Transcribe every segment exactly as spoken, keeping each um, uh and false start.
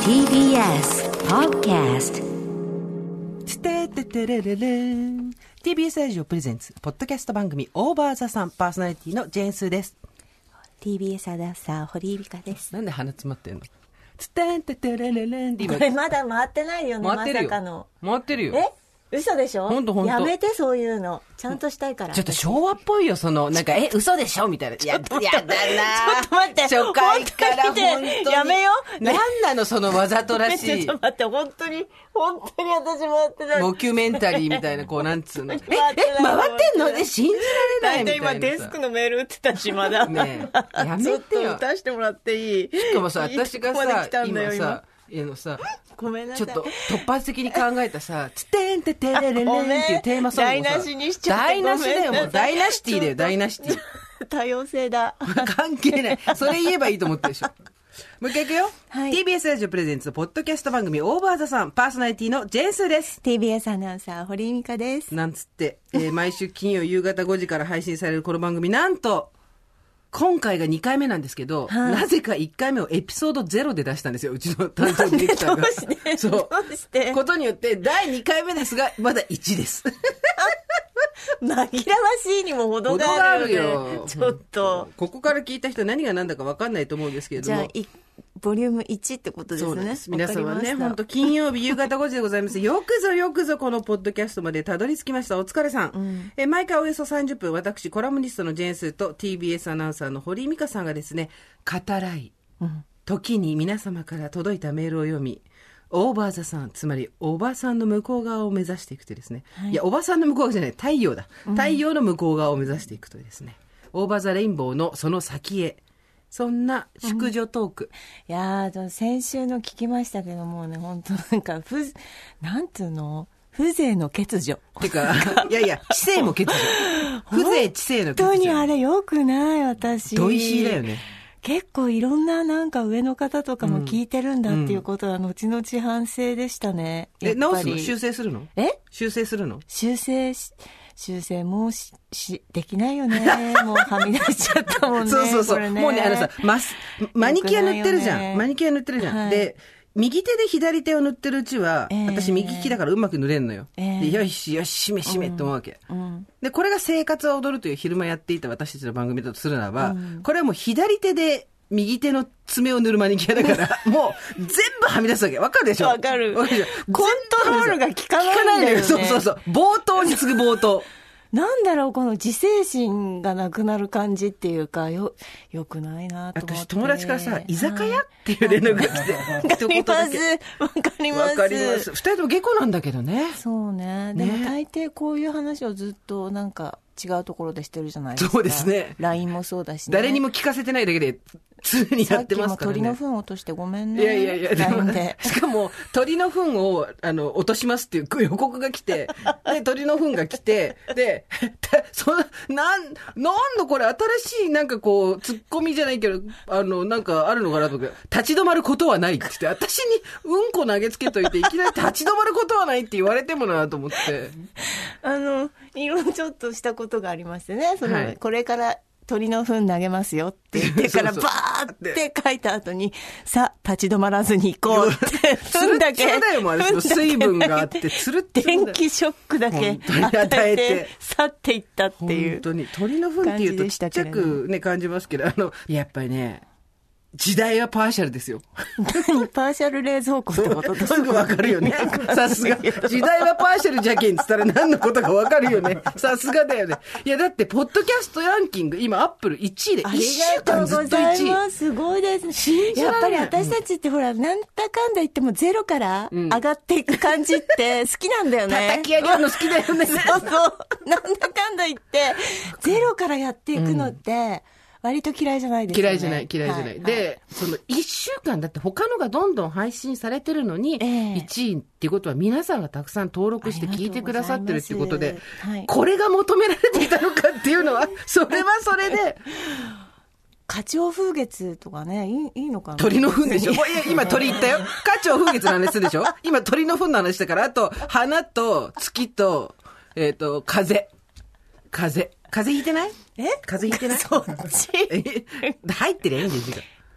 ティービーエス Podcast。 つてててれれれん ティービーエス ラジオプレゼンツポッドキャスト番組オーバーザさん、パーソナリティのジェーンスーです。 ティービーエス アナウンサー堀井美香です。 なんで鼻詰まってんの？つてててれれれんって今これまだ回ってないよね。 回ってるよ、 まさかの回ってるよ。 え嘘でしょ。 ほんとほんとやめて、そういうのちゃんとしたいから。 ちょっと昭和っぽいよ、そのなんかえ嘘でしょみたいな。ややだな。ちょっと待って、 初回から本当にやめよう、ね、 なんなのそのわざとらしい。 ちょっと待って、本当に本当に私回ってない。 モキュメンタリーみたいな、こうなんつうのええ回ってない回ってんの？え信じられないみたいなさ。 今デスクのメール打ってたし、まだねえやめてよ。 ちょっと打たしてもらっていい？ しかもさ、私がさ今さ今あのさごめんなさい、 ちょっと突発的に考えたさ、つてんててれれれんっていうテーマソングをさ、 台無しにしちゃって台無しだよ、もう台無しティーだよ、台無しティー。 多様性だ。 関係ない。それ言えばいいと思ってるでしょ。もう一回いくよ、 はい、 ティービーエス ラジオプレゼンツポッドキャスト番組オーバーザさん、パーソナリティのジェーンスーです。 ティービーエス アナウンサー堀井美香です。 なんつって、えー、毎週金曜夕方ごじから配信されるこの番組、なんと今回がにかいめなんですけど、はあ、なぜかいっかいめをエピソードゼロで出したんですよ、うちの担当ディレクターが。 どうしてそうどうしてことによってだいにかいめですがまだいちです紛らわしいにも程があるよね。ちょっとここから聞いた人何が何だか分かんないと思うんですけれども、 じゃあボリュームいちってことですね。 そうなんです。皆さんはね、本当金曜日夕方ごじでございます。よくぞよくぞこのポッドキャストまでたどり着きました。お疲れさん。うん、え毎回およそさんじゅっぷん、私コラムニストのジェーンスーと ティービーエス アナウンサーの堀井美香さんがですね、語らい、うん、時に皆様から届いたメールを読み、オーバーザさん、つまりおばさんの向こう側を目指していくとですね、はい、いやおばさんの向こう側じゃない、太陽だ、太陽の向こう側を目指していくとですね、うん、オーバーザレインボーのその先へ、そんな淑女トーク、 うん、いやー先週の聞きましたけどもね、本当なんかふなんていうの、風情の欠如ってかいやいや知性も欠如風情知性の欠如、 本当にあれよくない。私土石だよね。 結構いろんななんか上の方とかも聞いてるんだっていうことは後々反省でしたね、うん、 え直すの？修正するの？ え修正するの？ 修正し修正もししできないよね。もうはみ出しちゃったもんね。 そうそうそう、 ね、 もうねあのさマスマニキュア塗ってるじゃん、マニキュア塗ってるじゃん、はい、で右手で左手を塗ってるうちは、えー、私右利きだからうまく塗れんのよ、えー、でよしよししめしめって思うわけ、うんうん、でこれが生活は踊るという昼間やっていた私たちの番組だとするならば、うん、これはもう左手で右手の爪を塗るマニキュアだからもう全部はみ出すわけ。わかるでしょ？ わかる。コントロールが効かないんだよね。 そうそうそう、冒頭に次ぐ冒頭なんだろう、この自制心がなくなる感じっていうか、よよくないなと思って。 私友達からさ、居酒屋っていう連絡が来て、 わかりますわかりますわかります。二人とも下戸なんだけどね。 そうね。でも大抵こういう話をずっとなんか違うところでしてるじゃないですか。 そうですね。 ライン もそうだしね。 誰にも聞かせてないだけで常にやってますからね。 さっきも鳥の糞を落としてごめんね。 いやいやいや、でもしかも鳥の糞をあの落としますっていう予告が来て、で鳥の糞が来て、でそなんなんのこれ新しいなんかこうツッコミじゃないけど、あのなんかあるのかなとか、立ち止まることはないって言って、私にうんこ投げつけといていきなり立ち止まることはないって言われてもなと思って、 あのいろいろちょっとしたことがありましてね、その、はい、これから鳥の糞投げますよって言ってからバーって書いた後にさあ立ち止まらずに行こうって糞だけつるつるだよ、もうあれ水分があってつるって電気ショックだけ与えて去っていったっていう。 本当に鳥の糞っていうとちっちゃくね感じますけど、あのやっぱりね時代はパーシャルですよ。 何パーシャル冷蔵庫ってこと？ すぐわかるよね。さすが。時代はパーシャルじゃけんって言ったら何のことかわかるよね。さすがだよね。いやだってポッドキャストランキング今アップルいちいでいっしゅうかんずっといちい。ありがとうございます。 すごいですね。やっぱり私たちってほら、うん、なんだかんだ言ってもゼロから上がっていく感じって好きなんだよね。 叩き上げるの好きだよね。 そうそう。なんだかんだ言ってゼロからやっていくのって、うん割と嫌いじゃないですよね。 嫌いじゃない嫌いじゃない、はい、で、はい、そのいっしゅうかんだって他のがどんどん配信されてるのに、えー、いちいっていうことは皆さんがたくさん登録して聞いてくださってるっていうことで、はい、これが求められていたのかっていうのはそれはそれで花鳥風月とかね、いい、いいのかな。 鳥の糞でしょ。もういや今鳥言ったよ。花鳥風月の話するでしょ。今鳥の糞の話だから、あと花と月とえっ、ー、と風風風邪ひいてない？ え風邪ひいてない？ そっち入ってるよ、返事が。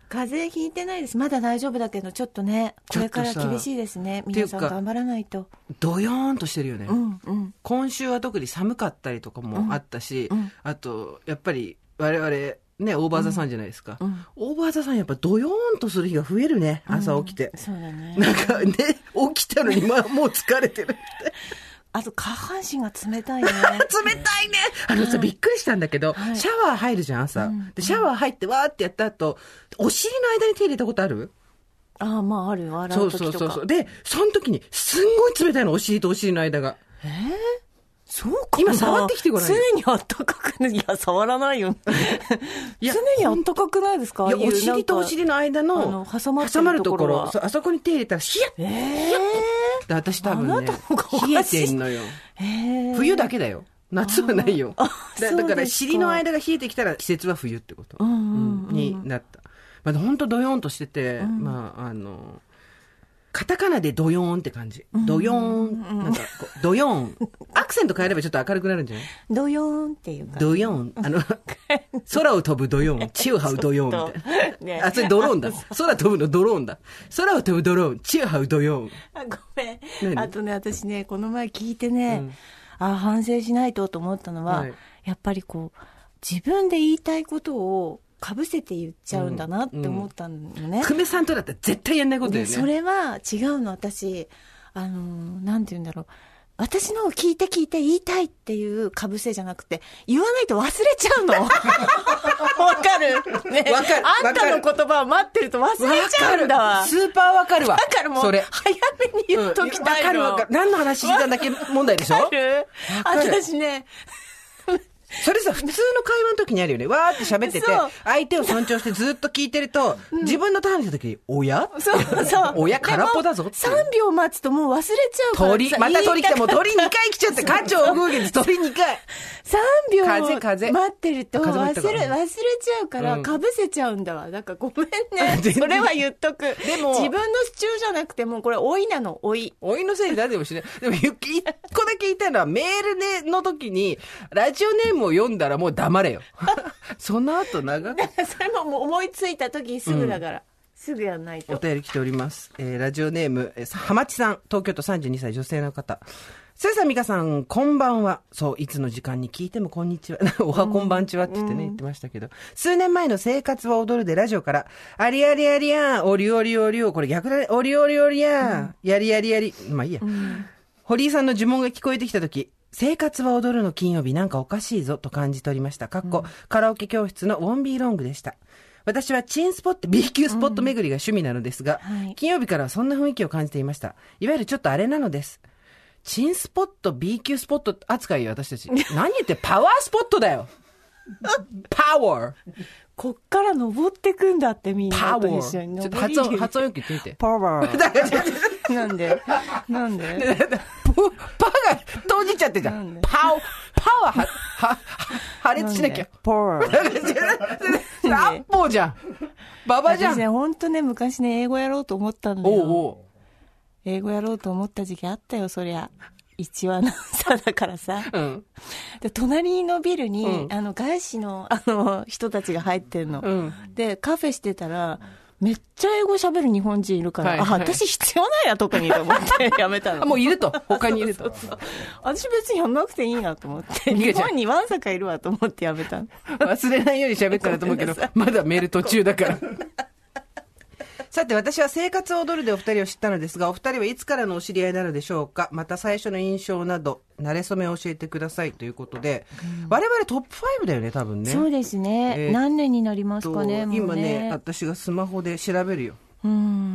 風邪ひいてないです。まだ大丈夫だけど、ちょっとね、これから厳しいですね。皆さん頑張らないと。 ドヨーンとしてるよね、 うんうん、 今週は特に寒かったりとかもあったし、うんうん、あとやっぱり我々ね、オーバーザさんじゃないですか、うんうん、オーバーザさんやっぱドヨーンとする日が増えるね、朝起きて、 うん、そうだね、 なんかね、起きたのに、まあ、もう疲れてるってあと下半身が冷たいね冷たいねあのさ、うん、びっくりしたんだけど、はい、シャワー入るじゃん朝、うん、でシャワー入ってわーってやった後、お尻の間に手入れたことある？ ああ、まああるよ、洗う時とか。 そうそうそう。でその時にすんごい冷たいの、お尻とお尻の間が。 えーそうかな。 今触ってきてごらん。 常にあったかくない。いや、触らないよ。いや常にあったかくないですか？ いや、お尻とお尻の間の、 あの挟ま挟まるところ、あそこに手入れたら、ヒヤッ、 えー、 ヒヤッで私多分ね、冷えてんのよ。えー、冬だけだよ。夏はないよ。だ, だから尻の間が冷えてきたら季節は冬ってこと、うんうんうん、になった。まあ、ほんとドヨーンとしてて、うん、まあ、あの、カタカナでドヨーンって感じ。ドヨーン。なんかこう、ドヨーン。アクセント変えればちょっと明るくなるんじゃない？ ドヨーンっていうか。 ドヨーン。あの、空を飛ぶドヨーン。地を這うドヨーンみたいな。ね、あ、それドローンだ。空飛ぶのドローンだ。空を飛ぶドローン。地を這うドヨーン。 あ、ごめん。あとね、私ね、この前聞いてね、うん、あ、反省しないとと思ったのは、はい、やっぱりこう、自分で言いたいことを、かぶせて言っちゃうんだなって思ったのね。 うんうん、久米さんとだったら絶対やんないことだよね。 それは違うの。私、あの、なんて言うんだろう。私のを聞いて聞いて言いたいっていうかぶせじゃなくて、言わないと忘れちゃうの。わかるね。わかる。あんたの言葉を待ってると忘れちゃうんだわ。 スーパーわかるわ。 だからもう、それ早めに言っときたいの。わ、うん、かるわかる。何の話したんだっけ問題でしょ？わかる。 私ね、 それさ、普通の会話の時にあるよね。わーって喋ってて、相手を尊重してずっと聞いてると、うん、自分のターンした時に、おや？ そうそう。 おや、空っぽだぞって。 さんびょう待つともう忘れちゃうから。 鳥、また鳥来た。もう鳥にかい来ちゃって、課長グーゲンです。鳥にかい。 さんびょう風風待ってると忘れ、忘れちゃうから、かぶせちゃうんだわ。だからごめんね。それは言っとく。でも、自分の主張じゃなくて、もうこれ、老いなの、老い。 老いのせいになってもしない。でも、一個だけ言いたいのは、メールの時に、ラジオネームを読んだらもう黙れよ。その後長く。 それももう思いついた時にすぐだから。うん、すぐやんないと。 お便り来ております。えー、ラジオネーム、えー、はまちさん、東京都さんじゅうにさい女性の方。すーさん、みかさん、こんばんは。そう、いつの時間に聞いてもこんにちは。おはこんばんちはって言ってね、言ってましたけど。数年前の生活は踊るでラジオから、ありありありやん、おりおりおりお、これ逆だね、おりおりおりやん、やりやりやり。まあいいや。うん、堀井さんの呪文が聞こえてきたとき、生活は踊るの金曜日なんかおかしいぞと感じ取りました。かっこ、うん、カラオケ教室のウォンビーロングでした。私はチンスポット、B 級スポット巡りが趣味なのですが、うんはい、金曜日からはそんな雰囲気を感じていました。いわゆるちょっとあれなのです。チンスポット、B 級スポット扱いよ、私たち。何言ってパワースポットだよ。パワー。 こっから登ってくんだってみんなと一緒に。 ちょっと発音、発音よく言ってみて。 パワー。なんでなんでパが閉じちゃってじゃん。パオ、パは、は、は、破裂しなきゃ。 パワー。 アッポーじゃん。ババじゃん。 私ね、ほんとね、昔ね、英語やろうと思ったんだよ。おうおう、英語やろうと思った時期あったよ、そりゃ。一話アナウンサーだからさ。うん、で隣のビルに、うん、あの外資のあの人たちが入ってんの、うん、でカフェしてたらめっちゃ英語喋る日本人いるから、はいはい、あ、私必要ないな特にと思ってやめたの。 あ、もういると、他にいると。そうそうそう、 私別にやんなくていいなと思って日本にわんさかいるわと思ってやめたの。 忘れないように喋ったらと思うけどまだメール途中だからさて、私は生活を踊るでお二人を知ったのですが、お二人はいつからのお知り合いなのでしょうか。また最初の印象など馴れ初めを教えてくださいということで、うん、我々トップファイブだよね、多分ね。 そうですね、えー、何年になりますかね。もうね、 今ね、私がスマホで調べるよ。うん、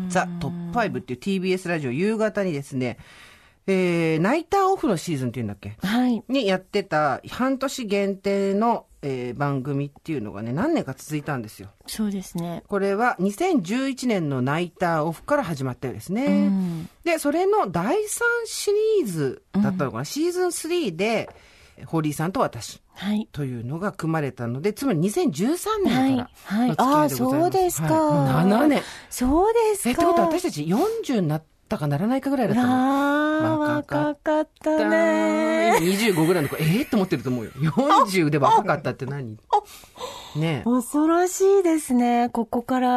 ザ・トップファイブっていう ティービーエス ラジオ夕方にですね、えー、ナイターオフのシーズンっていうんだっけ、はい、にやってた半年限定の、えー、番組っていうのがね、何年か続いたんですよ。 そうですね。 これはにせんじゅういちねんのナイターオフから始まったようですね、うん、でそれのだいさんシリーズだったのかな、うん、シーズンスリーで堀井さんと私、はい、というのが組まれたので、つまりにせんじゅうさんねんからの付き合いでございます、はいはい、ああ、そうですか、 はい、 ななねん。 そうですか。 えってことは私たちよんじゅうになったかならないかぐらいだったの。 あ若かったね。 にじゅうごぐらいの子、えーって思ってると思うよ。よんじゅうで若かったって何ね。 恐ろしいですね。ここから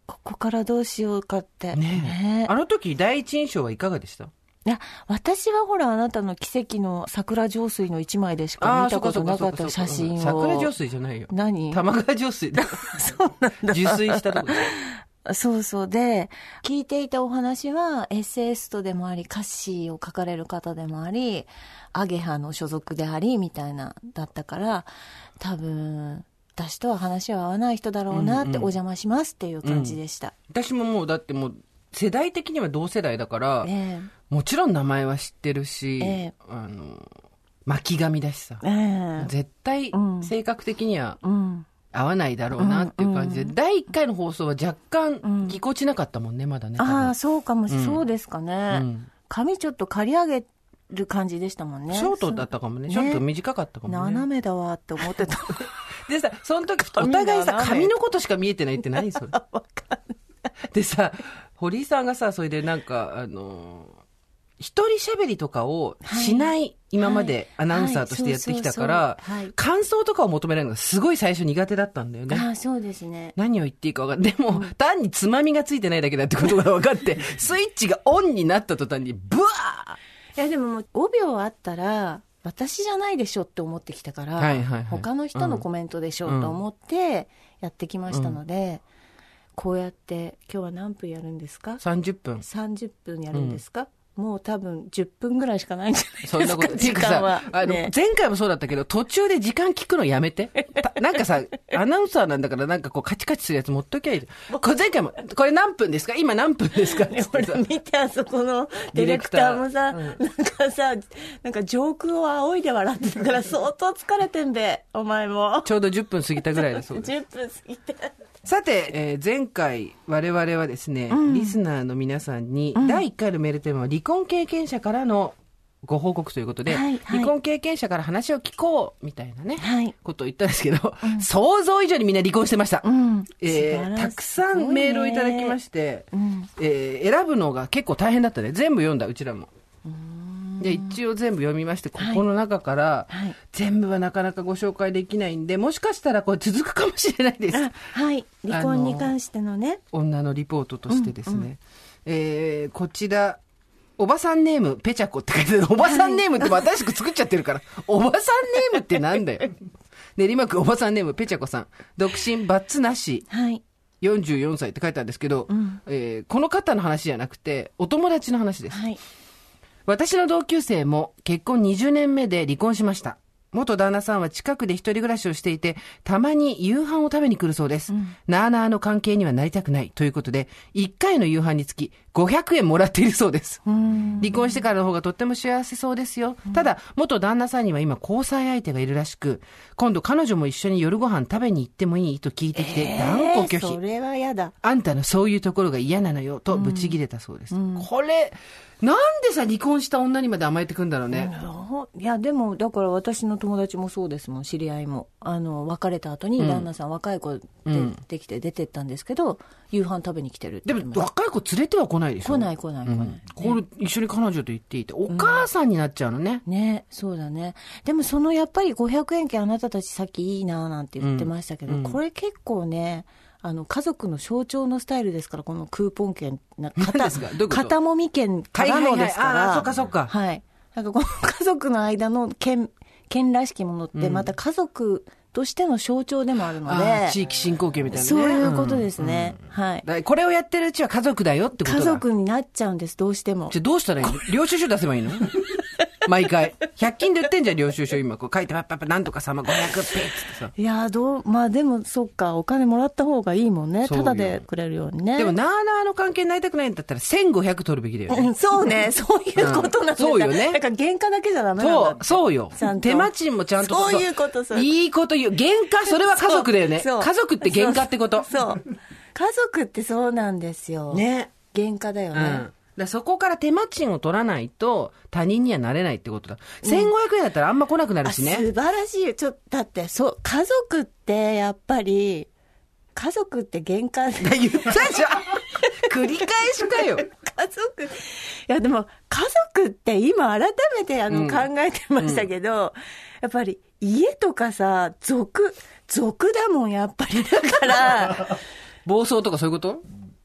ここからどうしようかって。 ねねあの時第一印象はいかがでした？ いや、私はほら、あなたの奇跡の桜上水の一枚でしか見たことなかった写真を。 桜上水じゃないよ。 何？ 玉川上水だ。 そうなんだ。 受水したとこそうそう。で、聞いていたお話は、エッセイストでもあり、歌詞を書かれる方でもあり、アゲハの所属であり、みたいな、だったから、多分、私とは話は合わない人だろうなって、お邪魔しますっていう感じでした。 うんうん、私ももう、だってもう、世代的には同世代だから、 ええもちろん名前は知ってるし、 ええ、 あの巻紙だしさ、 ええ、 絶対性格的には合わないだろうなっていう感じで、うんうん、だいいっかいの放送は若干ぎこちなかったもんね、まだね。 ああ、そうかもしれない、うん、そうですかね、 うん、 髪ちょっと刈り上げる感じでしたもんね。 ショートだったかもね。ちょっと短かったかもね。 斜めだわって思ってた。 でさ、その時お互いさ、髪のことしか見えてないって何それ。 わかんない。 でさ、堀井さんがさ、それでなんか、あのー、一人喋りとかをしない、はい、今までアナウンサーとしてやってきたから、感想とかを求められるのがすごい最初苦手だったんだよね。 ああ、そうですね。 何を言っていいか分かんない。でも、うん、単につまみがついてないだけだってことが分かって、スイッチがオンになった途端に、ブワー！ いや、でももうごびょうあったら、私じゃないでしょって思ってきたから、はいはいはい、他の人のコメントでしょと思ってやってきましたので、うんうん、こうやって今日は何分やるんですか？ さんじゅっぷん。 さんじゅっぷんやるんですか？うん、もう多分じゅっぷんぐらいしかないんじゃないですか。 そんなこと。 時間は、 あの、ね、前回もそうだったけど、途中で時間聞くのやめて。なんかさ、アナウンサーなんだからなんかこうカチカチするやつ持っときゃいい。これ前回も、これ何分ですか？今何分ですか？ ね、俺見て、あそこのディレクターもさ、うん、なんかさ、なんか上空を仰いで笑ってたから相当疲れてんで、お前も。 ちょうどじゅっぷん過ぎたぐらいだそうです。 じゅっぷん過ぎて。 さて、えー、前回我々はですね、うん、リスナーの皆さんに、うん、だいいっかいのメールテーマは離婚経験者からのご報告ということで、はいはい、離婚経験者から話を聞こうみたいなね、はい、ことを言ったんですけど、うん、想像以上にみんな離婚してました、うんえー、たくさんメールをいただきまして、うんえー、選ぶのが結構大変だったね。全部読んだ、うちらも。で一応全部読みまして、ここの中から全部はなかなかご紹介できないんで、もしかしたらこれ続くかもしれないです。 はい、離婚に関してのね、 女のリポートとしてですね、うんうんえー、こちらおばさんネームペチャコって書いてある。おばさんネームって新しく作っちゃってるから、はい、おばさんネームってなんだよ。練馬区おばさんネームペチャコさん、独身バツなし、はいよんじゅうよんさいって書いてあるんですけど、うんえー、この方の話じゃなくてお友達の話です、はい私の同級生も結婚にじゅうねんめで離婚しました。元旦那さんは近くで一人暮らしをしていて、たまに夕飯を食べに来るそうです。うん、なあなあの関係にはなりたくないということで、いっかいの夕飯につきごひゃくえんもらっているそうです。離婚してからの方がとっても幸せそうですよ。ただ、元旦那さんには今交際相手がいるらしく、今度彼女も一緒に夜ご飯食べに行ってもいいと聞いてきて、断固拒否。 それは嫌だ。 あんたのそういうところが嫌なのよとブチ切れたそうです。うんうん、これ、なんでさ離婚した女にまで甘えてくんだろうね。 いやでもだから私の友達もそうですもん。知り合いもあの別れた後に旦那さん、うん、若い子で、うん、できて出てったんですけど、夕飯食べに来てるって。 でも若い子連れては来ないでしょ。 来ない来ない来ない、うんね、 これ一緒に彼女と言っていてお母さんになっちゃうのね、 うん、ねそうだね。でもそのやっぱりごひゃくえん券あなたたちさっきいいななんて言ってましたけど、うん、これ結構ねあの家族の象徴のスタイルですから、このクーポン券な肩もみ券からのですから、はいはいはい、 あそっかそっか、 はい、なんかこの家族の間の券券らしきものって、また家族としての象徴でもあるので、 うん、地域振興券みたいなね、 そういうことですね、うんうん、はい。 だこれをやってるうちは家族だよってことだ。 家族になっちゃうんです、どうしても。 じゃあどうしたらいいの？領収書出せばいいの？毎回ひゃく均で売ってんじゃん領収書。今こう書いてパッパッパなんとか様ごひゃくペッつってさ。 いやどうまあでもそっか、お金もらった方がいいもんね、ただでくれるようにね。 でもなあなあの関係になりたくないんだったらせんごひゃく取るべきだよね、 うん、そうねそういうことなんだ、うん、 そうよね。 だから原価だけじゃダメなんだ。 そうそうよ。手間賃もちゃんと。 そういうこと。そういいこと言う。原価、それは家族だよね。家族って原価ってこと。 そうそう家族ってそうなんですよね。原価だよね、うんだそこから手間賃を取らないと他人にはなれないってことだ、うん、せんごひゃくえんだったらあんま来なくなるしね。 素晴らしい。ちょだってそう家族ってやっぱり家族って原価言ったじゃん繰り返しかよ。 家族いやでも家族って今改めてあの、うん、考えてましたけど、うん、やっぱり家とかさ族族だもんやっぱり。だから暴走とかそういうこと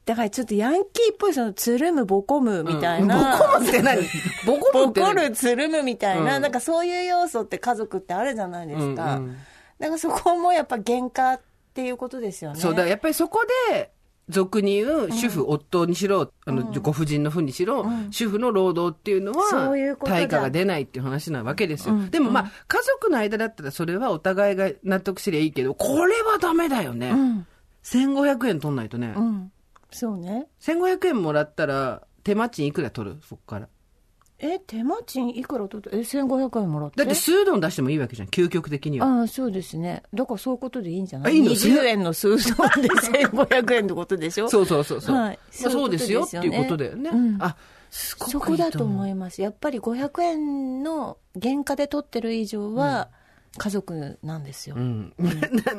だからちょっとヤンキーっぽい、そのつるむボコむみたいな、 うん、ボコむって何ボコむってボコるつるむみたいな、 うん、 なんかそういう要素って家族ってあるじゃないですか、 うんうん、 だからそこもやっぱ喧嘩っていうことですよね。 そうだからやっぱりそこで俗に言う主婦、うん、夫にしろあの、うん、ご婦人のふにしろ、うん、主婦の労働っていうのは対価が出ないっていう話なわけですよ、うん、でもまあ、うん、家族の間だったらそれはお互いが納得すりゃいいけど、これはダメだよね、うん、せんごひゃくえん取んないとね、うん、 そうね。 せんごひゃくえんもらったら手間賃いくら取る？そっからえ手間賃いくら取って、えせんごひゃくえんもらって、 だって数丼出してもいいわけじゃん、究極的には。 ああそうですね。だからそういうことでいいんじゃない？いいの？にじゅうえんの数丼でせんごひゃくえんってことでしょ。 そうそうそうそう、はい、 そうそうですよっていうことだよね、うん、あすごくいいと思う。 そこだと思います。やっぱりごひゃくえんの原価で取ってる以上は家族なんですよ、うんうん、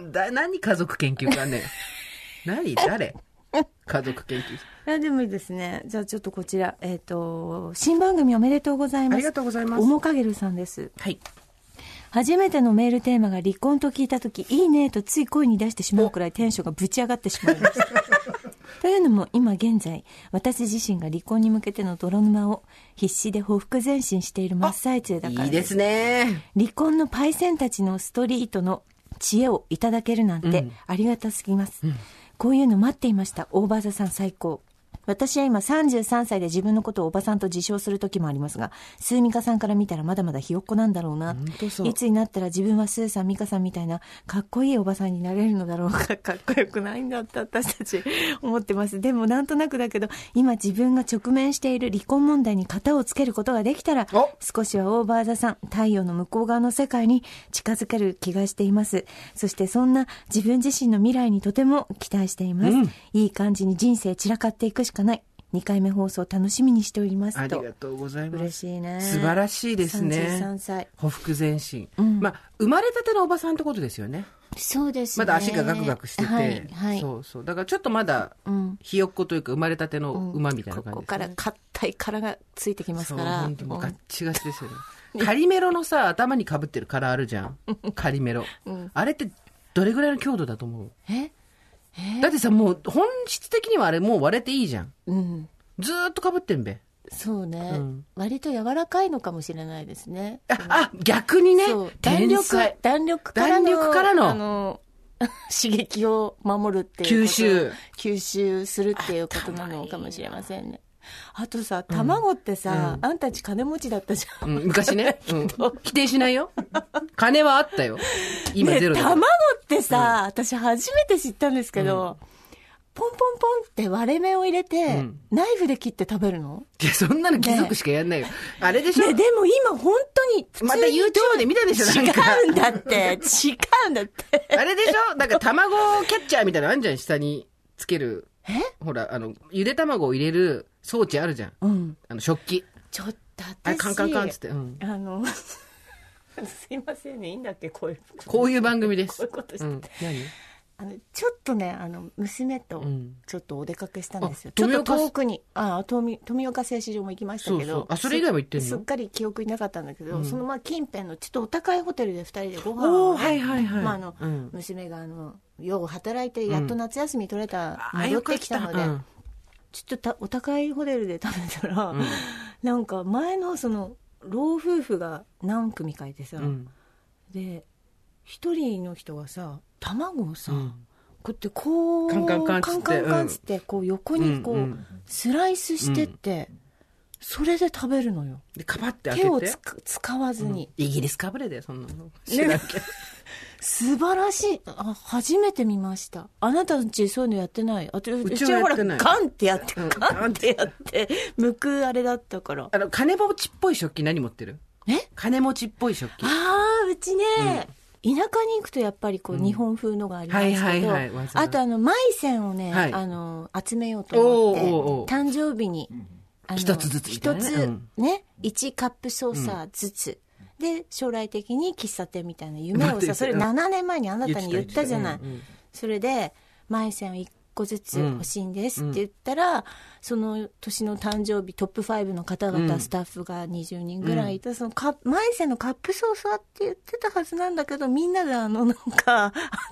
な何家族研究家ね何誰家族研究いやでもいいですね。じゃあちょっとこちら、えーと、新番組おめでとうございます。 ありがとうございます。 おもかげるさんです。 はい。 初めてのメールテーマが離婚と聞いたとき、いいねとつい声に出してしまうくらいテンションがぶち上がってしまいましたというのも今現在私自身が離婚に向けての泥沼を必死でほふく前進している真っ最中だからです。 いいですね。 離婚のパイセンたちのストリートの知恵をいただけるなんてありがたすぎます、うん、こういうの待っていました。オーバーザさん最高。私は今さんじゅうさんさいで自分のことをおばさんと自称する時もありますが、スーミカさんから見たらまだまだひよっこなんだろうな。いつになったら自分はスーさん、ミカさんみたいなかっこいいおばさんになれるのだろうか。かっこよくないんだって私たち思ってます。でもなんとなくだけど、今自分が直面している離婚問題に型をつけることができたら、少しはオーバーザさん、太陽の向こう側の世界に近づける気がしています。そしてそんな自分自身の未来にとても期待しています、うん、いい感じに人生散らかっていくしかない。にかいめ放送楽しみにしておりますと。 ありがとうございます。 嬉しいね。 素晴らしいですね。 さんじゅうさんさい。 ほふく前進、うん、まあ生まれたてのおばさんってことですよね。 そうですね。 まだ足がガクガクしてて、 はいはい、 そうそう。だからちょっとまだひよっこというか生まれたての馬みたいな感じですね、うん、ここから硬い殻がついてきますから。 そう本当もうガッチガチですよね。カリメロのさ頭にかぶってる殻あるじゃん。カリメロ、うん、あれってどれぐらいの強度だと思う？ ええだってさもう本質的にはあれもう割れていいじゃん、うん、ずーっとかぶってんべ。 そうね、うん、割と柔らかいのかもしれないですね。 あ、あ逆にね。 弾力弾力からの、 弾力からの、 あの刺激を守るっていう吸収吸収するっていうことなのかもしれませんね。あとさ、卵ってさ、うん、あんたち金持ちだったじゃん、 うん、昔ね、うん、否定しないよ。金はあったよ。今ゼロだ、 ね、卵ってさ、うん、私初めて知ったんですけど、うん、ポンポンポンって割れ目を入れて、うん、ナイフで切って食べるの？ いやそんなの貴族しかやんないよ、ね、あれでしょ、 ね、でも今本当にまた YouTube で見たでしょ。なんか違うんだって違うんだってあれでしょ、なんか卵キャッチャーみたいなのあるじゃん、下につける。 えほらあのゆで卵を入れる装置あるじゃん、うん、あの食器。 ちょっと私あれカンカンカンっつって、うん、 あのすいませんね、いいんだっけこういうこういう番組です。 こういうことして、うん、 何あのちょっとねあの娘とちょっとお出かけしたんですよ、うん、ちょっと遠くにあ富富岡製糸場も行きましたけど、そうそう、 あそれ以外も行ってんの？ すっかり記憶になかったんだけど、うん、そのまあ近辺のちょっとお高いホテルでふたりでご飯を、 ね、はいはいはい、 まああのうん、娘があのよう働いてやっと夏休み取れた、うん、戻ってきたので、うん、ちょっとたお高いホテルで食べたら、うん、なんか前のその老夫婦が何組かいてさ、うん、で一人の人がさ卵をさ、うん、こうやってこうカンカンカンつってカンカンカンつってこう横にこう、うんうん、スライスしてって、うん、それで食べるのよ。 でカパって開けて手をつ使わずに、 うん、イギリスかぶれだよそんなの知らんけど、ね、 素晴らしい。あ初めて見ました。あなたんちそういうのやってない？あうちはほらガンってやって、うん、ガンってやって剥くあれだったから。 あの金持ちっぽい食器何持ってる？ え金持ちっぽい食器。 ああうちね、うん、田舎に行くとやっぱりこう、うん、日本風のがありますけど、はいはいはい、あとあのマイセンをね、はい、あの集めようと思っておー誕生日にあの一つずつみたいなね、 一つね、いちカップソーサーずつ、うん、で将来的に喫茶店みたいな夢をさ、それななねんまえにあなたに言ったじゃない、うんうん、それでマイセンをいっこずつ欲しいんですって言ったら、うん、その年の誕生日トップファイブの方々、うん、スタッフがにじゅうにんぐらいいた、うん、そのカマイセンのカップソーサーって言ってたはずなんだけど、みんなであのなんかあの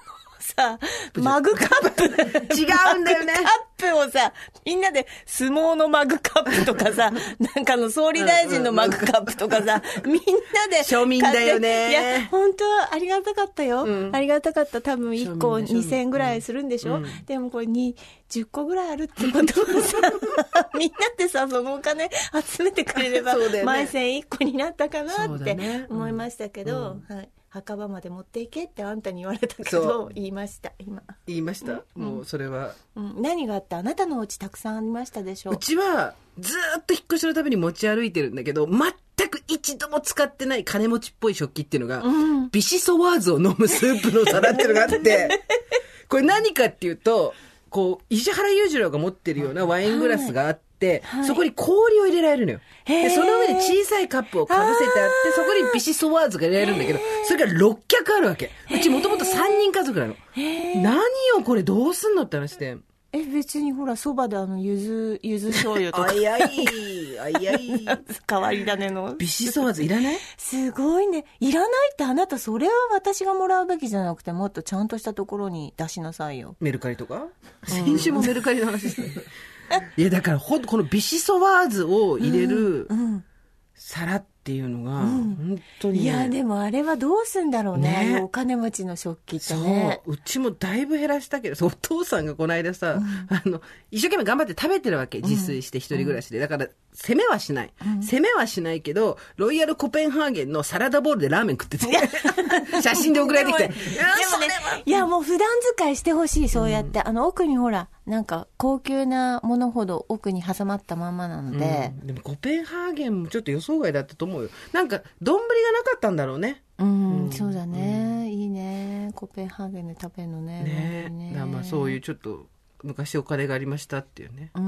さ、マグカップ。 違うんだよね。 マグカップをさ、みんなで相撲のマグカップとかさ、なんかの総理大臣のマグカップとかさ、みんなで。 庶民だよね。 いや、本当はありがたかったよ。うん、ありがたかった。多分いっこにせんえんぐらいするんでしょ、うん、でもこれに、じゅっこぐらいあるってことはさ、みんなでさ、そのお金集めてくれれば、ね、毎銭いっこになったかなって思いましたけど、うん、はい。墓場まで持っていけってあんたに言われたけど、言いました、今。 言いました、うん、もうそれは、 うん。何があった？あなたのお家たくさんありましたでしょ？ うちは、ずーっと引っ越しのために持ち歩いてるんだけど、全く一度も使ってない金持ちっぽい食器っていうのが、うん、ビシソワーズを飲むスープの皿っていうのがあって、これ何かっていうと、こう、石原裕次郎が持ってるようなワイングラスがあって、はいはい、そこに氷を入れられるのよ。で、その上で小さいカップをかぶせてあって、そこにビシソワーズが入れられるんだけど、それがろっきゃくあるわけ。うちもともとさんにん家族なの。何をこれどうすんのって話で。 え、別にほら、そばであの、ゆず、ゆず醤油とか。 あいあい、あいあい。 変わり種の。 ビシソワーズいらない？ すごいね。いらないってあなた、それは私がもらうべきじゃなくて、もっとちゃんとしたところに出しなさいよ。 メルカリとか、うん、先週もメルカリの話してる。いや、だからほんとこのビシソワーズを入れる皿っていうのが、本当に、ね、 いや、でもあれはどうすんだろうね。ね、お金持ちの食器ってね。 そう。うちもだいぶ減らしたけど、お父さんがこの間さ、うん、あの、一生懸命頑張って食べてるわけ。自炊して一人暮らしで。だから、攻めはしない。うん、攻めはしないけど、ロイヤルコペンハーゲンのサラダボールでラーメン食ってて、写真で送られてきて。でも、でもね、いや、もう普段使いしてほしい、そうやって。うん、あの、奥にほら、なんか高級なものほど奥に挟まったまんまなので、 うん、でもコペンハーゲンもちょっと予想外だったと思うよ。なんか丼がなかったんだろうね。 うん、うん、そうだね、うん、いいね、コペンハーゲンで食べるのね。 ねえ、ね、だまあそういうちょっと昔お金がありましたっていうね。 うん、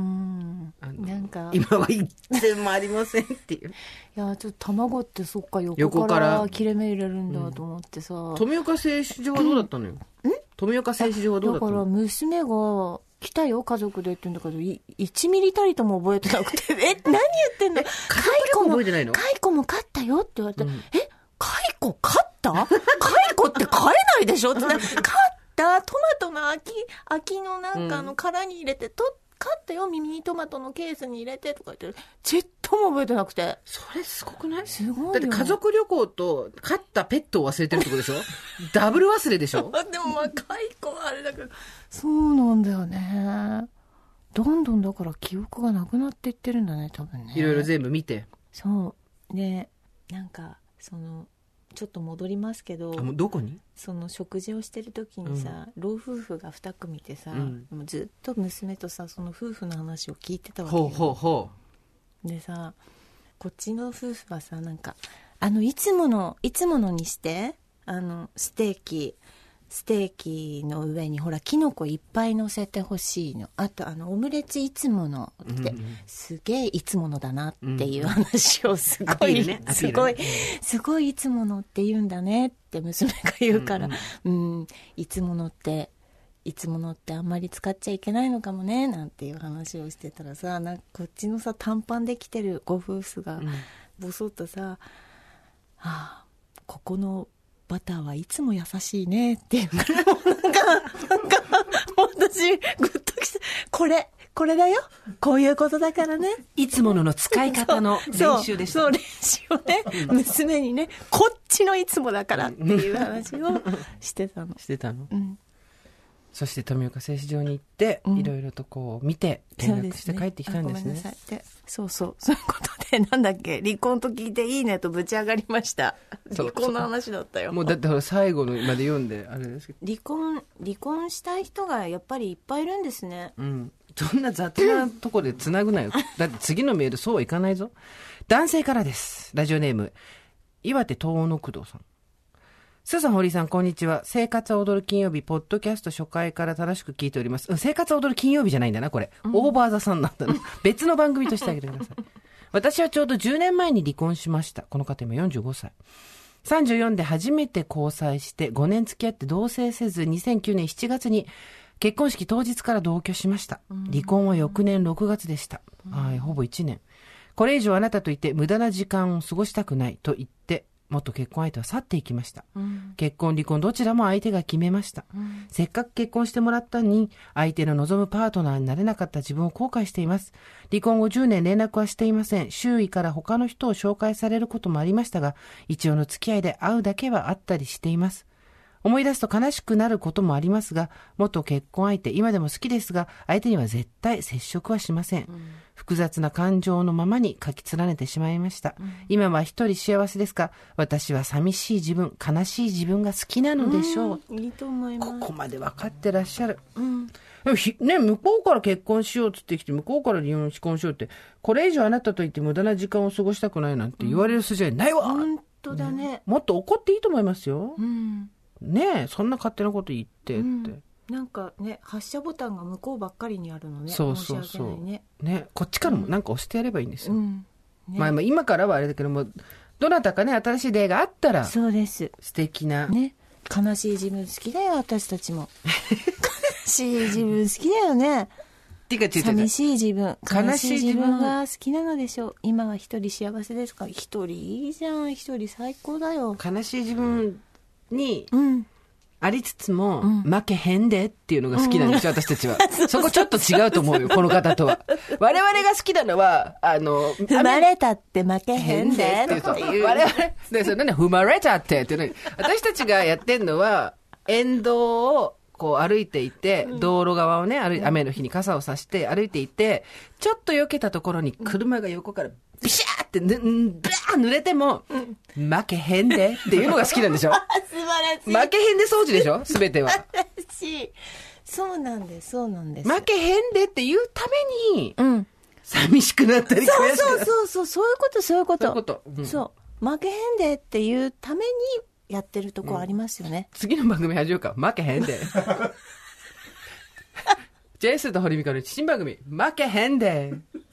なんか今は一銭もありませんっていう。 いや、ちょっと卵ってそっか、横から切れ目入れるんだと思ってさ、うん、 富岡製糸場はどうだったのよ。ん富岡製糸場はどうだったの？ だから娘が来たよ家族でって言うんだけど、いちミリたりとも覚えてなくてえ、何言ってんの？ カイコも覚えてないの？ カイコも飼ったよって言われて、うん、え、カイコ飼ったカイコって飼えないでしょって飼ったトマトの秋、秋のなんかあの殻に入れてと、飼ったよ、ミニトマトのケースに入れてとか言ってる。ちっとも覚えてなくて。 それすごくない？ すごいよ。 だって家族旅行と飼ったペットを忘れてるってことでしょダブル忘れでしょでもまあカイコはあれだけど、そうなんだよね。どんどんだから記憶がなくなっていってるんだね、多分ね。 いろいろ全部見て。 そうで、なんかそのちょっと戻りますけど、 あ、もうどこに？ その食事をしてる時にさ、うん、老夫婦がに組いてさ、うん、もうずっと娘とさ、その夫婦の話を聞いてたわけよ。 ほうほうほうでさ、こっちの夫婦はさ、なんかあのいつものいつものにしてあのステーキステーキの上にほらキノコいっぱい乗せてほしいの。あとあのオムレツいつものって、うんうん、すげえいつものだなっていう話をすごい、うんね、すごい、ね、すごいいつものって言うんだねって娘が言うから、うん、うん、いつものっていつものってあんまり使っちゃいけないのかもねなんていう話をしてたらさ、なんかこっちのさ短パンで来てるご夫婦がボソッとさ、うん、はあ、ここのバターはいつも優しいねっていうから、もうなんか、なんか、私、グッときて、これ、これだよ。こういうことだからね。 いつものの使い方の練習でした。 そう、そう、練習をね、娘にね、こっちのいつもだからっていう話をしてたの。 してたの、 うん、 そして富岡製糸場に行って、いろいろとこう見て、見学して帰ってきたんですね。 そうですね。ごめんなさい。で、そうそう。そういうことで、なんだっけ、離婚と聞いていいねとぶち上がりました。離婚の話だったよ。 もうだって最後のまで読んで、あれですけど。 離婚、離婚したい人がやっぱりいっぱいいるんですね。 うん。そんな雑なとこで繋ぐなよ。だって次のメールそうはいかないぞ。男性からです。ラジオネーム、岩手東野工藤さん。スーさん、堀さん、こんにちは。生活は踊る金曜日、ポッドキャスト初回から正しく聞いております。生活は踊る金曜日じゃないんだな、これ。うん、オーバーザさんなんだな。別の番組としてあげてください。私はちょうどじゅうねんまえに離婚しました。この方今よんじゅうごさい。さんじゅうよんで初めて交際してごねん付き合って同棲せず、にせんきゅうねんしちがつに結婚式当日から同居しました。離婚は翌年ろくがつでした。はい、ほぼいちねん。これ以上あなたといて無駄な時間を過ごしたくないと言って、 元結婚相手は去っていきました、 うん、 結婚離婚どちらも相手が決めました、うん、せっかく結婚してもらったのに相手の望むパートナーになれなかった自分を後悔しています。離婚後じゅうねん連絡はしていません。周囲から他の人を紹介されることもありましたが、一応の付き合いで会うだけはあったりしています。思い出すと悲しくなることもありますが、元結婚相手今でも好きですが、相手には絶対接触はしません、うん、複雑な感情のままに書き連ねてしまいました、うん、今は一人幸せですが、私は寂しい自分、悲しい自分が好きなのでしょう、 うん、いいと思います。 ここまで分かってらっしゃる、 うん、 でもね、向こうから結婚しようっつってきて、向こうから離婚しようって、これ以上あなたといって無駄な時間を過ごしたくないなんて言われる筋合いないわ、 うん、本当だ ね, ねもっと怒っていいと思いますよ、 うんねえ、そんな勝手なこと言ってって、うん、 なんかね、発射ボタンが向こうばっかりにあるのね。 そうそうそう、 申し訳ないね。 ね、こっちからもなんか押してやればいいんですよ、 うんね、 まあ、まあ今からはあれだけども、どなたかね新しい出会いがあったら、 そうです、 素敵な、 ね、悲しい自分好きだよ私たちも悲しい自分好きだよねてか違う違う、 寂しい自分、悲しい自分が悲好きなのでしょう。今は一人幸せですか。一人いいじゃん、一人最高だよ。 悲しい自分に、 うんありつつも、 うん、 負けへんでっていうのが好きなんですよ、うん、私たちは。そこちょっと違うと思うよ、この方とは。我々が好きなのは、あの、 踏まれたって負けへんでっていう。 我々、で、それね、踏まれたってってね、私たちがやってんのは、沿道を、こう歩いていて、道路側をね、歩い雨の日に傘を差して歩いていて、ちょっと避けたところに車が横からビシャーってぬ、ブラー濡れても、負けへんでっていうのが好きなんでしょ。 素晴らしい。 負けへんで掃除でしょ、すべては。 素晴らしい。そうなんです、そうなんです。 負けへんでっていうために、 うん、 寂しくなったり悔しくなったり。 そうそうそうそう、そういうこと、そういうこと。 そういうこと。うん、そう。 負けへんでっていうためにやってるとこありますよね。 うん、次の番組始めようか。負けへんで。ジェイスと堀美香の新番組、負けへんで。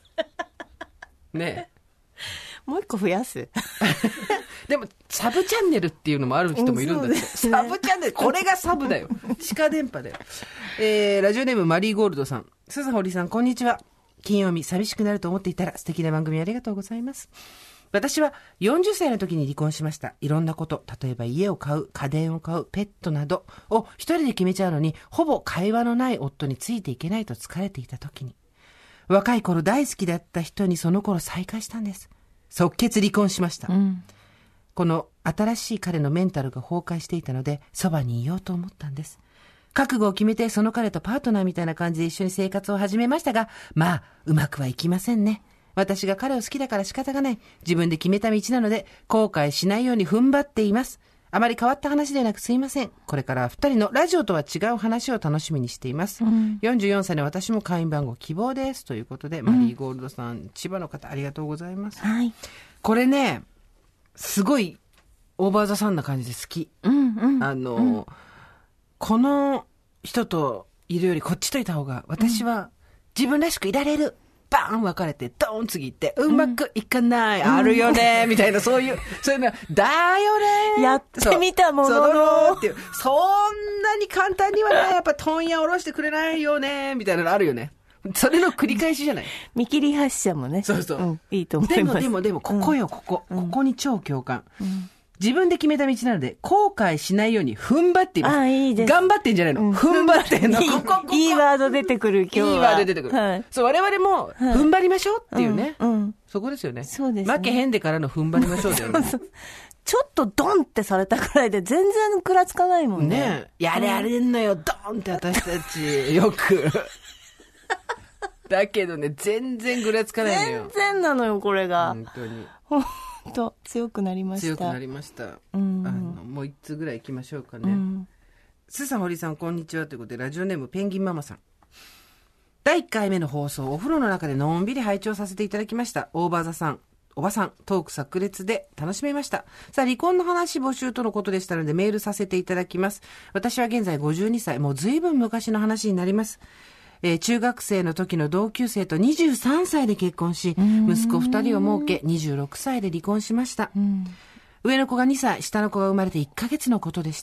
ねえ。 もう一個増やす。 でも、サブチャンネルっていうのもある人もいるんだって。うんね、サブチャンネル、これがサブだよ。地下電波だよ。えー、ラジオネームマリーゴールドさん。鈴堀さん、こんにちは。金曜日、寂しくなると思っていたら素敵な番組ありがとうございます。私はよんじゅっさいの時に離婚しました。いろんなこと、例えば家を買う、家電を買う、ペットなどを一人で決めちゃうのに、ほぼ会話のない夫についていけないと疲れていた時に、若い頃大好きだった人にその頃再会したんです。即決離婚しました。うん、この新しい彼のメンタルが崩壊していたので、そばにいようと思ったんです。覚悟を決めてその彼とパートナーみたいな感じで一緒に生活を始めましたが、まあ、うまくはいきませんね。私が彼を好きだから仕方がない。自分で決めた道なので、後悔しないように踏ん張っています。あまり変わった話でなくすいません。これから二人のラジオとは違う話を楽しみにしています。うん、よんじゅうよんさいの私も会員番号希望です。ということで、うん、マリーゴールドさん、千葉の方ありがとうございます。 はい。これね、すごいオーバーザさんな感じで好き。 うんうん、 あの、うん、この人といるよりこっちといた方が、私は自分らしくいられる。バーン分かれて、ドーン次行って、うまくいかない、うん、あるよね、みたいな、そういう、そういうの、だよね。 やってみたものの。 っていう、そんなに簡単にはね、やっぱ問屋下ろしてくれないよね、みたいなのあるよね。それの繰り返しじゃない。 見切り発車もね。 そうそう。うん、 いいと思います。 でもでもでも、ここよ、ここ。 うん、 ここに超共感。うん自分で決めた道なので、後悔しないように踏ん張っています。 あ、いいです。 頑張ってんじゃないの、うん、踏ん張ってんの。 いい、 ここここいいワード出てくる、今日は。 いいワード出てくる。はい、そう、我々も、踏ん張りましょうっていうね。 うんうん、 そこですよね。 そうですね。 負けへんでからの踏ん張りましょうだよね。そうそうちょっとドンってされたくらいで全然くらつかないもんね。 ねえ。やれやれんのよ、ドンって私たち、よく。だけどね、全然ぐらつかないのよ。 全然なのよ、これが。 本当に。 と強くなりました。 強くなりました。 うん、 あのもう一つぐらい行きましょうかね。うん、スーさん、堀さん、こんにちはということで、ラジオネームペンギンママさん。だいいっかいめの放送、お風呂の中でのんびり拝聴させていただきました。オーバーザさん、おばさん、トーク炸裂で楽しめました。さあ、離婚の話募集とのことでしたのでメールさせていただきます。私は現在ごじゅうにさい、もう随分昔の話になります。えー、中学生の時の同級生とにじゅうさんさいで結婚し、息子ふたりを設けにじゅうろくさいで離婚しました。上の子がにさい、下の子が生まれていっかげつのことでした。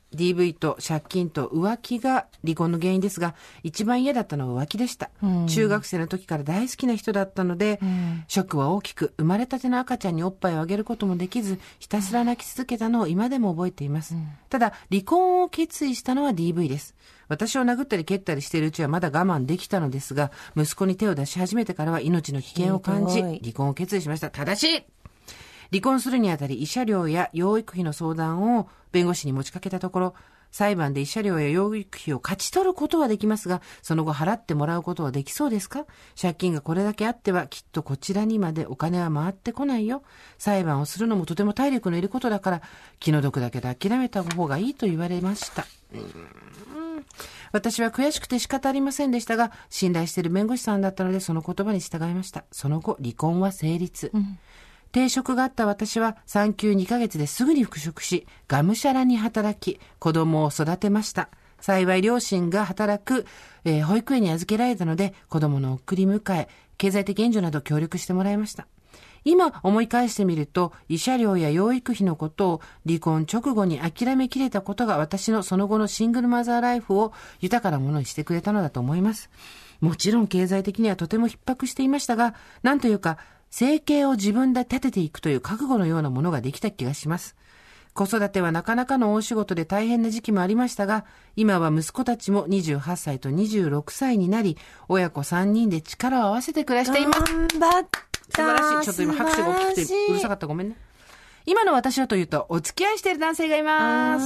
ディーブイ と借金と浮気が離婚の原因ですが、一番嫌だったのは浮気でした。うん、中学生の時から大好きな人だったので、うん、ショックは大きく、生まれたての赤ちゃんにおっぱいをあげることもできず、ひたすら泣き続けたのを今でも覚えています。うん、ただ、離婚を決意したのは ディーブイ です。私を殴ったり蹴ったりしているうちはまだ我慢できたのですが、息子に手を出し始めてからは命の危険を感じ、離婚を決意しました。正しい。離婚するにあたり、慰謝料や養育費の相談を弁護士に持ちかけたところ、裁判で慰謝料や養育費を勝ち取ることはできますが、その後払ってもらうことはできそうですか？借金がこれだけあっては、きっとこちらにまでお金は回ってこないよ。裁判をするのもとても体力のいることだから、気の毒だけど諦めた方がいいと言われました。うーん私は悔しくて仕方ありませんでしたが、信頼している弁護士さんだったので、その言葉に従いました。その後、離婚は成立。うん定職があった私は産休にかげつですぐに復職し、がむしゃらに働き、子供を育てました。幸い両親が働く、えー、保育園に預けられたので、子供の送り迎え、経済的援助など協力してもらいました。今思い返してみると、慰謝料や養育費のことを離婚直後に諦めきれたことが私のその後のシングルマザーライフを豊かなものにしてくれたのだと思います。もちろん経済的にはとても逼迫していましたが、なんというか、生計を自分で立てていくという覚悟のようなものができた気がします。子育てはなかなかの大仕事で大変な時期もありましたが、今は息子たちもにじゅうはっさいとにじゅうろくさいになり、親子さんにんで力を合わせて暮らしています。 頑張った。 素晴らしい。ちょっと今拍手が大きくてうるさかったごめんね。今の私はというと、お付き合いしている男性がいます。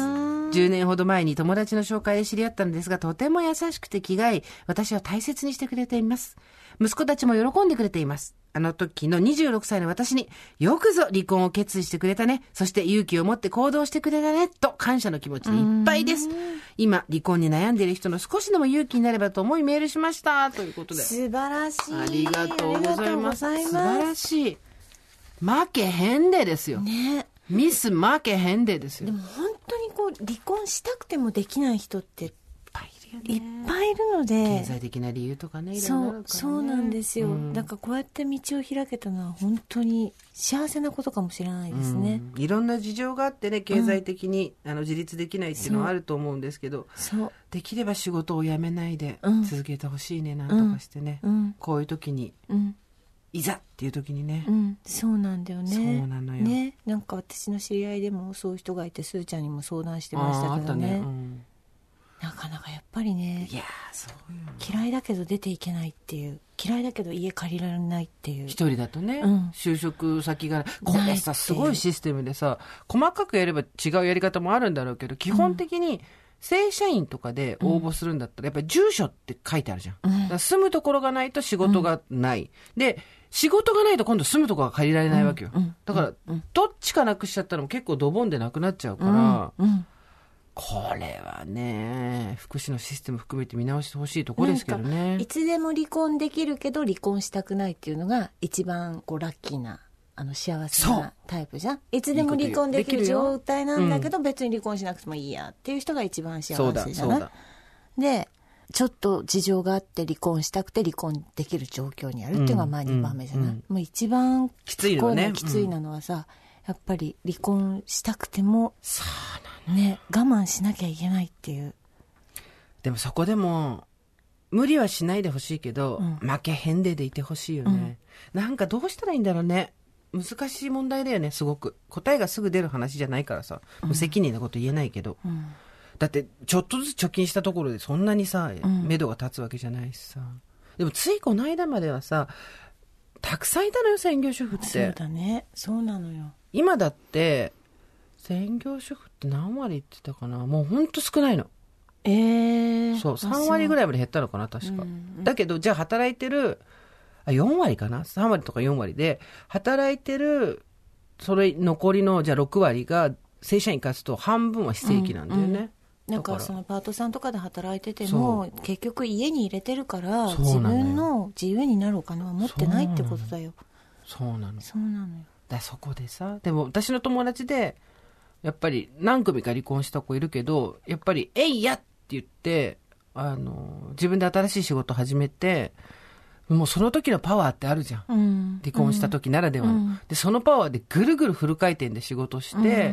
じゅうねんほど前に友達の紹介で知り合ったのですが、とても優しくて気がいい。私を大切にしてくれています。息子たちも喜んでくれています。あの時のにじゅうろくさいの私によくぞ離婚を決意してくれたね。そして勇気を持って行動してくれたね。と感謝の気持ちでいっぱいです。今、離婚に悩んでいる人の少しでも勇気になればと思いメールしました。ということで。 素晴らしい。 ありがとうございます。素晴らしい。負けへんでですよ。 ね。 ミス負けへんでですよ。 でも本当にこう離婚したくてもできない人っていっぱいいるので、 経済的な理由とかね、いろいろあるからね。 そう、そうなんですよ、うん、だからこうやって道を開けたのは本当に幸せなことかもしれないですね、 うん、いろんな事情があってね、経済的に、うん、あの自立できないっていうのはあると思うんですけど、 そうできれば仕事を辞めないで続けてほしいね、うん、なんとかしてね、うん、こういう時に、うん、いざっていう時にね、 うん、そうなんだよね。 そうなのよ、 ね、なんか私の知り合いでもそういう人がいて、すーちゃんにも相談してましたけど ね, ね、うん、なかなかやっぱりね、 いやそうよ、 嫌いだけど出ていけないっていう、嫌いだけど家借りられないっていう、 一人だとね、うん、就職先がこれさすごいシステムでさ、細かくやれば違うやり方もあるんだろうけど、基本的に正社員とかで応募するんだったら、やっぱり住所って書いてあるじゃん、うん、だから住むところがないと仕事がない、うん、で仕事がないと今度住むところが借りられないわけよ、うんうん、だから、うん、どっちかなくしちゃったらもう結構ドボンでなくなっちゃうから、うんうん、これはね、福祉のシステム含めて見直してほしいところですけどね。 いつでも離婚できるけど離婚したくないっていうのが一番こうラッキーな、あの幸せなタイプじゃん。いつでも離婚できる状態なんだけど、別に離婚しなくてもいいやっていう人が一番幸せじゃない。そうだそうだ。でちょっと事情があって離婚したくて離婚できる状況にあるっていうのがまあにばんめじゃない、うんうん、もう一番きついのね、 きついなのはさ、うん、やっぱり離婚したくてもそうなのね、我慢しなきゃいけないっていう。 でもそこでも無理はしないでほしいけど、うん、負けへんででいてほしいよね、うん、なんかどうしたらいいんだろうね。難しい問題だよね、すごく。答えがすぐ出る話じゃないからさ、うん、無責任なこと言えないけど、うん、だってちょっとずつ貯金したところでそんなにさ、うん、目処が立つわけじゃないしさ。でもついこの間まではさ、たくさんいたのよ、専業主婦って。 そうだね、そうなのよ。 今だって専業主婦って何割って言ったかな、もうほんと少ないの。 えー、 そう、さんわりぐらいまで減ったのかな、確か、うん、だけどじゃあ働いてるあよんわりかな、さんわりとかよんわりで働いてる、それ残りのじゃあろくわりが正社員化すると半分は非正規なんだよね、うんうん、 なんかそのパートさんとかで働いてても結局家に入れてるから自分の自由になるお金は持ってないってことだよ。 そうなの。 そうなのよ。 だそこでさ、でも私の友達でやっぱり何組か離婚した子いるけど、やっぱりえいやって言ってあの自分で新しい仕事始めて、もうその時のパワーってあるじゃん、うん、離婚した時ならではの、うん、でそのパワーでぐるぐるフル回転で仕事して、うん、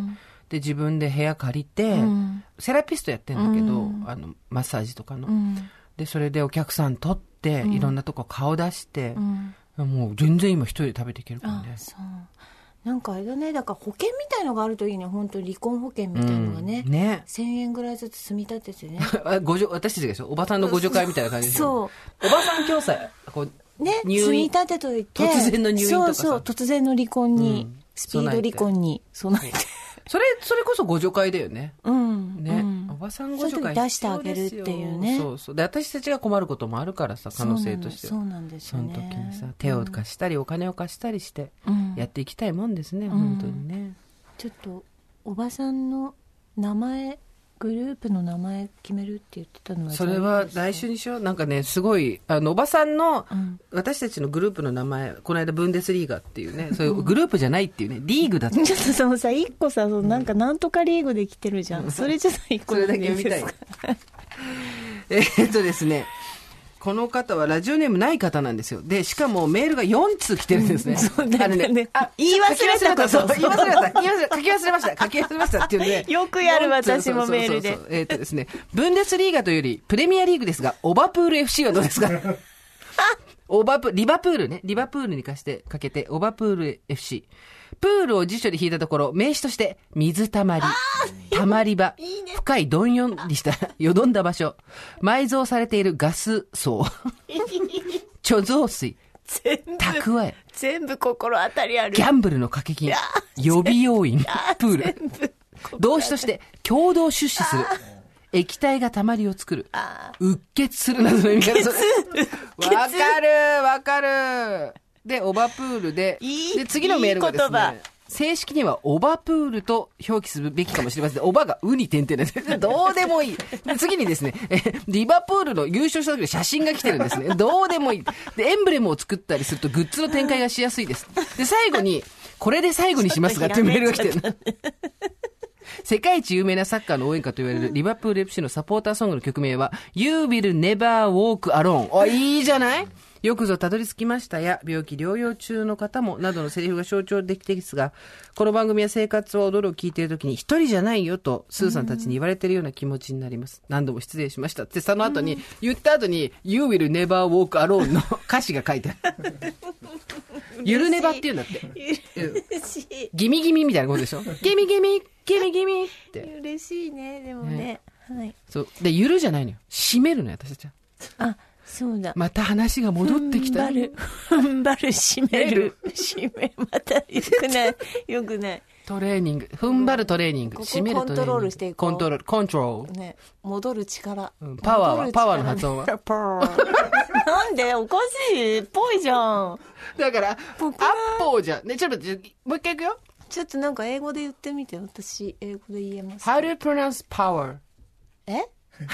で自分で部屋借りて、うん、セラピストやってんだけど、うん、あのマッサージとかの、うん、でそれでお客さん取って、うん、いろんなとこ顔出して、うん、もう全然今一人で食べていけるからね。 あ、そうなんかあれだね、だから保険みたいのがあるといいね。本当離婚保険みたいのがね、うん、ねせんえんぐらいずつ積み立ててねご助私たちがでしょ、おばさんのご助会みたいな感じでそう、おばさん共済こうね、積み立てといて突然の入院とかさ、 そうそう突然の離婚に、うん、スピード離婚に備えてそれそれこそご助会だよね。 うんね、うん、おばさんご助会出してあげるっていうね。 そうそうで私たちが困ることもあるからさ、可能性としてはそうなんですよね。 その時にさ手を貸したり、うん、お金を貸したりしてやっていきたいもんですね、うん、本当にね。 ちょっとおばさんの名前グループの名前決めるって言ってたのはそれは来週にしよう。なんかねすごいあのおばさんの、うん、私たちのグループの名前この間ブンデスリーガっていうねそういうグループじゃないっていうねリーグだったちょっとそのさ一個さそのなんかなんとかリーグで来てるじゃん、うん、それじゃない一個それだけ見たいえっとですねこの方はラジオネームない方なんですよ。でしかもメールがよん通来てるんですね、うん、 そうだね、あのねあ言い忘れたこと言い忘れた言い忘れた書き忘れました書き忘れましたっていうねよくやる私もメールでえっとですねブンデスリーガというよりプレミアリーグですがオバプール エフシー はどうですかオバプリバプールねリバプールに貸してかけてオバプール エフシープールを辞書で引いたところ名詞として水たまりたまり場いい、ね、深いどんよりしたよどんだ場所埋蔵されているガス層貯蔵水蓄え全部心当たりあるギャンブルの掛け金予備要員プール動詞として共同出資する液体がたまりを作るうっ血するなどの意味がわかるわかるでオバプールで、 いいで次のメールがですね正式にはオバプールと表記するべきかもしれません。オバがウに点々でどうでもいい。で次にですねえリバプールの優勝した時の写真が来てるんですね。どうでもいい。でエンブレムを作ったりするとグッズの展開がしやすいです。で最後にこれで最後にしますがっていうメールが来てる世界一有名なサッカーの応援歌と言われるリバプール エフシー のサポーターソングの曲名は You will never walk alone。 あ、いいじゃない。よくぞたどり着きましたや病気療養中の方もなどのセリフが象徴できてですが、この番組は生活は踊るを聞いているときに一人じゃないよとスーさんたちに言われているような気持ちになります。何度も失礼しましたってその後に言った後に You will never walk alone の歌詞が書いてあるゆるねばって言うんだって。 嬉しい。 ギミギミみたいなことでしょ。ギミギミギミギミって。 嬉しいねでもね。ね、はい。 そうでゆるじゃないのよ。締めるのよ私たちは。 あ、そうだ。 また話が戻ってきた。 踏ん張る踏ん張る締める締めまたよくないよくない。 トレーニング踏ん張るトレーニング、 ここ締めるトレーニングコントロールしていこう。 コントロールコントロールね戻る力、 うん、パワーはパワーの発音はパワーなんでおかしいっぽいじゃん。 だからアッポーじゃんね。ちょっと待ってもう一回いくよ。 ちょっとなんか英語で言ってみて。私英語で言えます。 How do you pronounce power？ え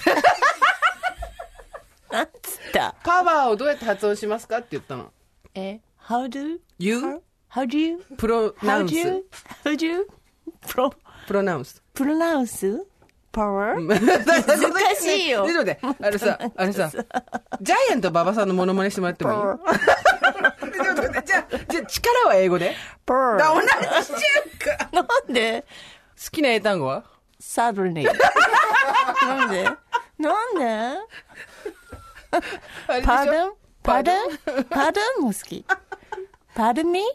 なんつったパワーをどうやって発音しますかって言ったの。 え How do you How, how do you プロナウンス How do you How do you プロプロナウンスプロナウンスパワー難しいよ。 ちょっと待って、あれさ、あれさ、ジャイアント馬場さんのモノマネしてもらってもいい？じゃあ、じゃあ力は英語で？ パワー。 同じじゃんか。 なんで？ 好きな英単語は？ サドニー。なんで？なんで？パードン？パードン？パードンも好き。パードンミー？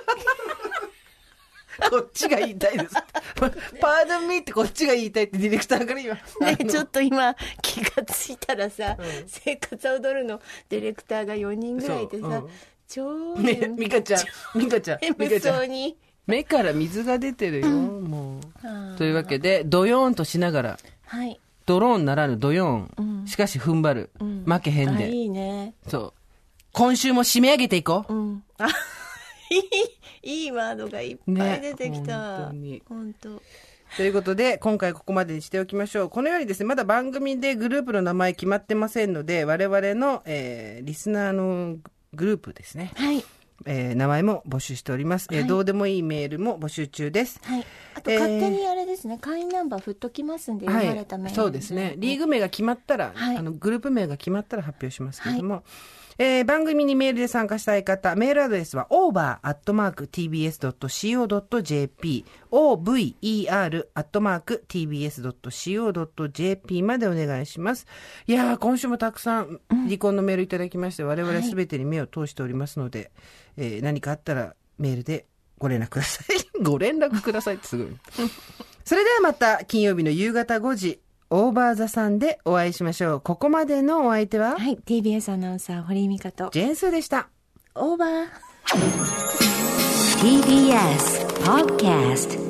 こっちが言いたいです。パードンミーってこっちが言いたいってディレクターから今。 ね、ちょっと今気がついたらさ、うん、生活は踊るのディレクターがよにんぐらいでさ、うん、超ね、ミカちゃん、ミカちゃん、ミカちゃん。目から水が出てるよ、うん、もう。というわけで、ドヨーンとしながら、はい、ドローンならぬドヨーン、うん、しかし踏ん張る、うん、負けへんで。 いいね。 そう。今週も締め上げていこう。うん、あいいワードがいっぱい出てきた。ね、本当に。本当。 ということで、今回ここまでにしておきましょう。このようにですね、まだ番組でグループの名前決まってませんので、我々の、えー、リスナーのグループですね。はい。えー、名前も募集しております、はい。えー、どうでもいいメールも募集中です。 はい。あと、勝手にあれですね、会員ナンバー振っときますんで、読まれたメール、 はい。そうですね。リーグ名が決まったら、はい、あの、グループ名が決まったら発表しますけれども、はい、 えー、番組にメールで参加したい方、メールアドレスは オーバー アットマーク ティービーエス ドット シーオー ドット ジェーピー オーブイイーアール アットマーク ティービーエス ドット シーオー ドット ジェーピー までお願いします。いやー、今週もたくさん離婚のメールいただきまして、我々すべてに目を通しておりますので、はい、えー、何かあったらメールでご連絡ください。ご連絡くださいってすごい。それではまた金曜日の夕方ごじ、オーバーザさんでお会いしましょう。ここまでのお相手は、 はい、ティービーエス アナウンサー堀井美香とジェーンスーでした。 オーバー。 ティービーエス Podcast